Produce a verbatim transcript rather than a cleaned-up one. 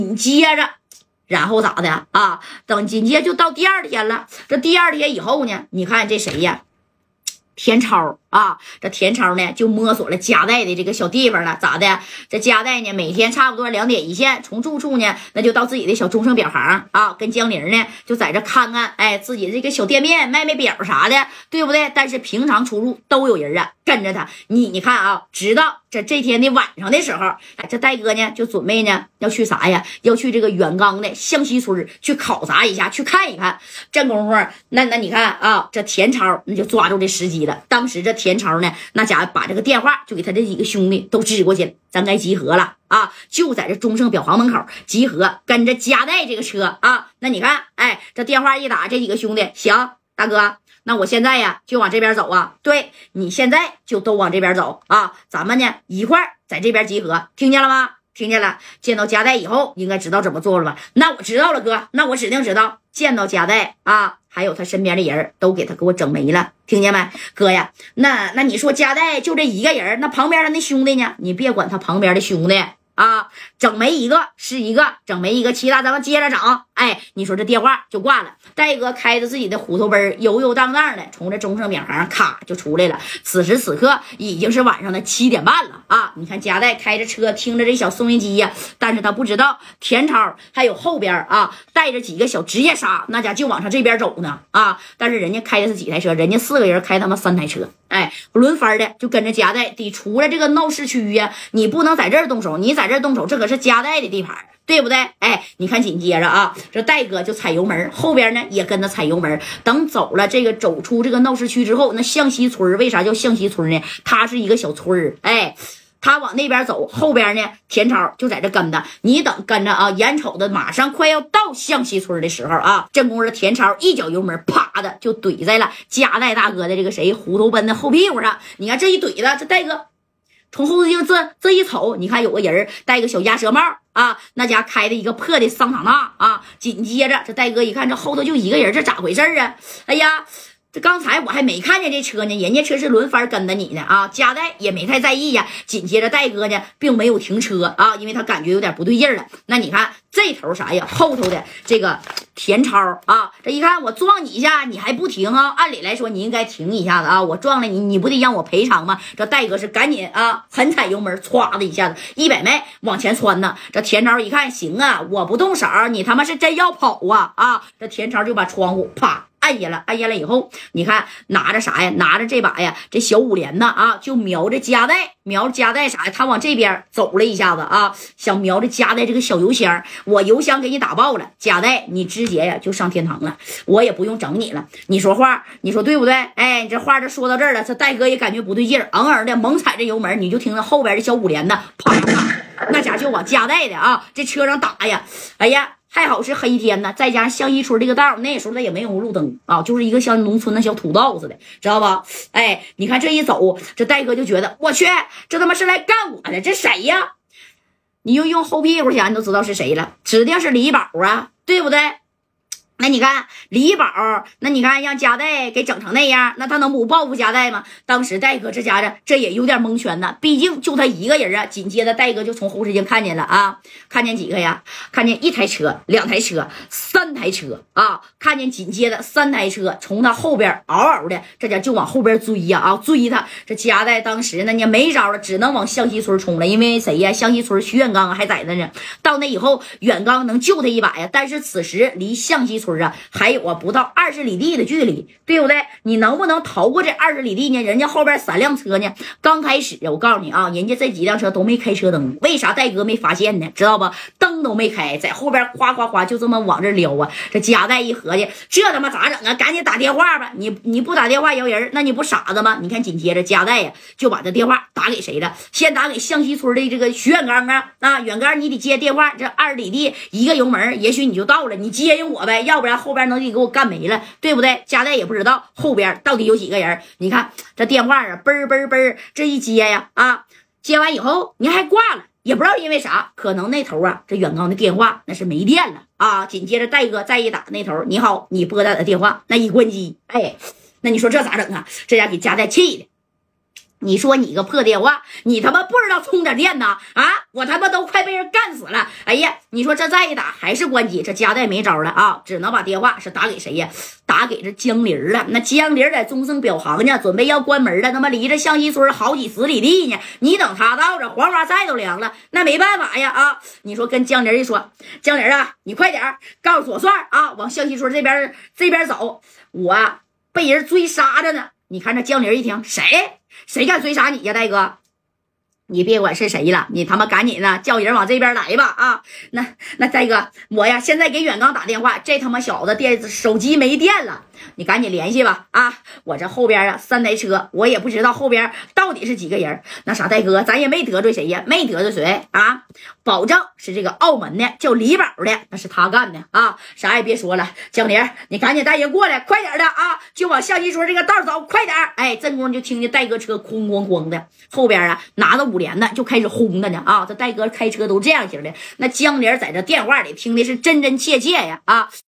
紧接着。然后咋的啊？等紧接着就到第二天了。这第二天以后呢，你看这谁呀？田超啊，这田超呢就摸索了夹带的这个小地方了。咋的？这夹带呢每天差不多两点一线，从住处呢那就到自己的小中盛表行啊，跟江玲呢就在这看看，哎，自己的这个小店面卖卖表啥的，对不对？但是平常出入都有人啊跟着他。你你看啊，直到这这天的晚上的时候，哎，这戴哥呢就准备呢要去啥呀？要去这个远冈的向西村去考察一下，去看一看。这功夫，那那你看啊，这田超那就抓住这时机了。当时这田超呢，那家伙把这个电话就给他这几个兄弟都支过去了，咱该集合了啊！就在这中盛表行门口集合，跟着夹带这个车啊。那你看，哎，这电话一打，这几个兄弟，行，大哥。那我现在呀就往这边走啊，对，你现在就都往这边走啊，咱们呢一块儿在这边集合，听见了吗？听见了。见到夹带以后应该知道怎么做了吧？那我知道了哥，那我指定知道。见到夹带啊，还有他身边的人都给他给我整没了，听见没哥呀？那那你说夹带就这一个人，那旁边的那兄弟呢？你别管他旁边的兄弟啊，整没一个是一个，整没一个，其他咱们接着整。哎，你说这电话就挂了。戴哥开着自己的虎头奔，悠悠荡荡的从这中盛表行卡就出来了。此时此刻已经是晚上的七点半了啊！你看夹带开着车，听着这小收音机呀，但是他不知道田超还有后边啊带着几个小职业杀，那家就往上这边走呢啊！但是人家开的是几台车，人家四个人开他妈三台车，哎，轮番的就跟着夹带得出来这个闹市区呀，你不能在这儿动手，你在这儿动手，这可是夹带的地盘，对不对？哎，你看紧接着啊，这戴哥就踩油门，后边呢也跟着踩油门。等走了这个走出这个闹市区之后，那向西村为啥叫向西村呢？它是一个小村儿，哎。他往那边走，后边呢田超就在这跟着。你等跟着啊，眼瞅着马上快要到向西村的时候啊，正宫的田超一脚油门，啪的就怼在了夹带大哥的这个谁虎头奔的后屁股上。你看这一怼的，这戴哥从后视镜这这一瞅，你看有个人戴个小鸭舌帽啊，那家开的一个破的桑塔纳啊。紧接着这戴哥一看，这后头就一个人，这咋回事啊？哎呀！这刚才我还没看见这车呢，人家车是轮番跟着你呢啊，夹带也没太在意呀。紧接着戴哥呢并没有停车啊，因为他感觉有点不对劲了。那你看这头啥呀？后头的这个田超啊，这一看我撞你一下你还不停啊，按理来说你应该停一下子啊，我撞了你你不得让我赔偿吗？这戴哥是赶紧啊狠踩油门，歘的一下子一百迈往前窜呢。这田超一看行啊，我不动手你他妈是真要跑啊啊！这田超就把窗户啪按下了，按下了以后，你看拿着啥呀？拿着这把呀，这小五连呢啊，就瞄着夹带，瞄着夹带啥呀？他往这边走了一下子啊，想瞄着夹带这个小油箱，我油箱给你打爆了，夹带你直接呀就上天堂了，我也不用整你了。你说话，你说对不对？哎，你这话这说到这儿了，这戴哥也感觉不对劲儿，嗯嗯的猛踩着油门，你就听着后边的小五连呢，啪啪，那家就往夹带的啊这车上打呀，哎呀！还好是黑天呢，再加上向西村这个道，那时候他也没有路灯啊，就是一个像农村的小土道似的，知道吧？哎，你看这一走，这戴哥就觉得我去，这他妈是来干我的，这谁呀？你又用后屁股想，你都知道是谁了，指定是李宝啊，对不对？那你看李宝，那你看让夹带给整成那样，那他能不报复夹带吗？当时戴哥这家伙这也有点蒙圈呢，毕竟就他一个人啊。紧接着戴哥就从后视镜看见了啊，看见几个呀？看见一台车、两台车、三台车啊！看见紧接着三台车从他后边嗷嗷的，这家就往后边追呀啊，追他！这夹带当时呢也没招了，只能往向西村冲了，因为谁呀？向西村徐远刚还在那呢。到那以后，远刚能救他一把呀，但是此时离向西村啊，还有啊不到二十里地的距离，对不对？你能不能逃过这二十里地呢？人家后边三辆车呢，刚开始我告诉你啊，人家这几辆车都没开车灯，为啥戴哥没发现呢？知道吧？灯都没开，在后边哗哗哗就这么往这撩啊！这夹带一合计，这他妈咋整啊？赶紧打电话吧！你你不打电话摇人，那你不傻子吗？你看紧接着夹带呀就把这电话打给谁了？先打给向西村的这个徐远刚啊啊！远刚你得接电话，这二十里地一个油门，也许你就到了，你接应我呗，要不然后边能给我干没了，对不对？夹带也不知道后边到底有几个人。你看这电话啊，嘣嘣嘣，这一接呀啊，接完以后你还挂了，也不知道因为啥，可能那头啊这远刚的电话那是没电了啊。紧接着戴哥再一打那头，你好，你拨打的电话，那一关机，哎，那你说这咋整啊？这家给夹带气的。 你说你个破电话，你他妈不知道充点电呐？啊，我他妈都快被人干死了！哎呀，你说这再一打还是关机，这家代没招了啊，只能把电话是打给谁呀？打给这江林了。那江林在中盛表行呢，准备要关门了，他妈离着象西村好几十里地呢。你等他到这黄花菜都凉了，那没办法呀啊！你说跟江林一说，江林啊，你快点告诉左帅啊，往象西村这边这边走，我啊被人追杀着呢。你看这江林一听，谁？谁敢追杀你呀，大哥？你别管是谁了，你他妈赶紧的叫人往这边来吧！啊，那那大哥，我呀现在给远刚打电话，这他妈小子电手机没电了，你赶紧联系吧！啊，我这后边啊三台车，我也不知道后边到底是几个人。那啥，大哥，咱也没得罪谁呀，没得罪谁啊，保证是这个澳门的叫李宝的，那是他干的啊！啥也别说了，江林，你赶紧带人过来，快点的啊，就往象西村这个道走，快点！哎，这功夫就听见戴哥车哐哐哐的，后边啊拿着五连的就开始轰的呢啊！这戴哥开车都这样型的，那江林在这电话里听的是真真切切呀啊！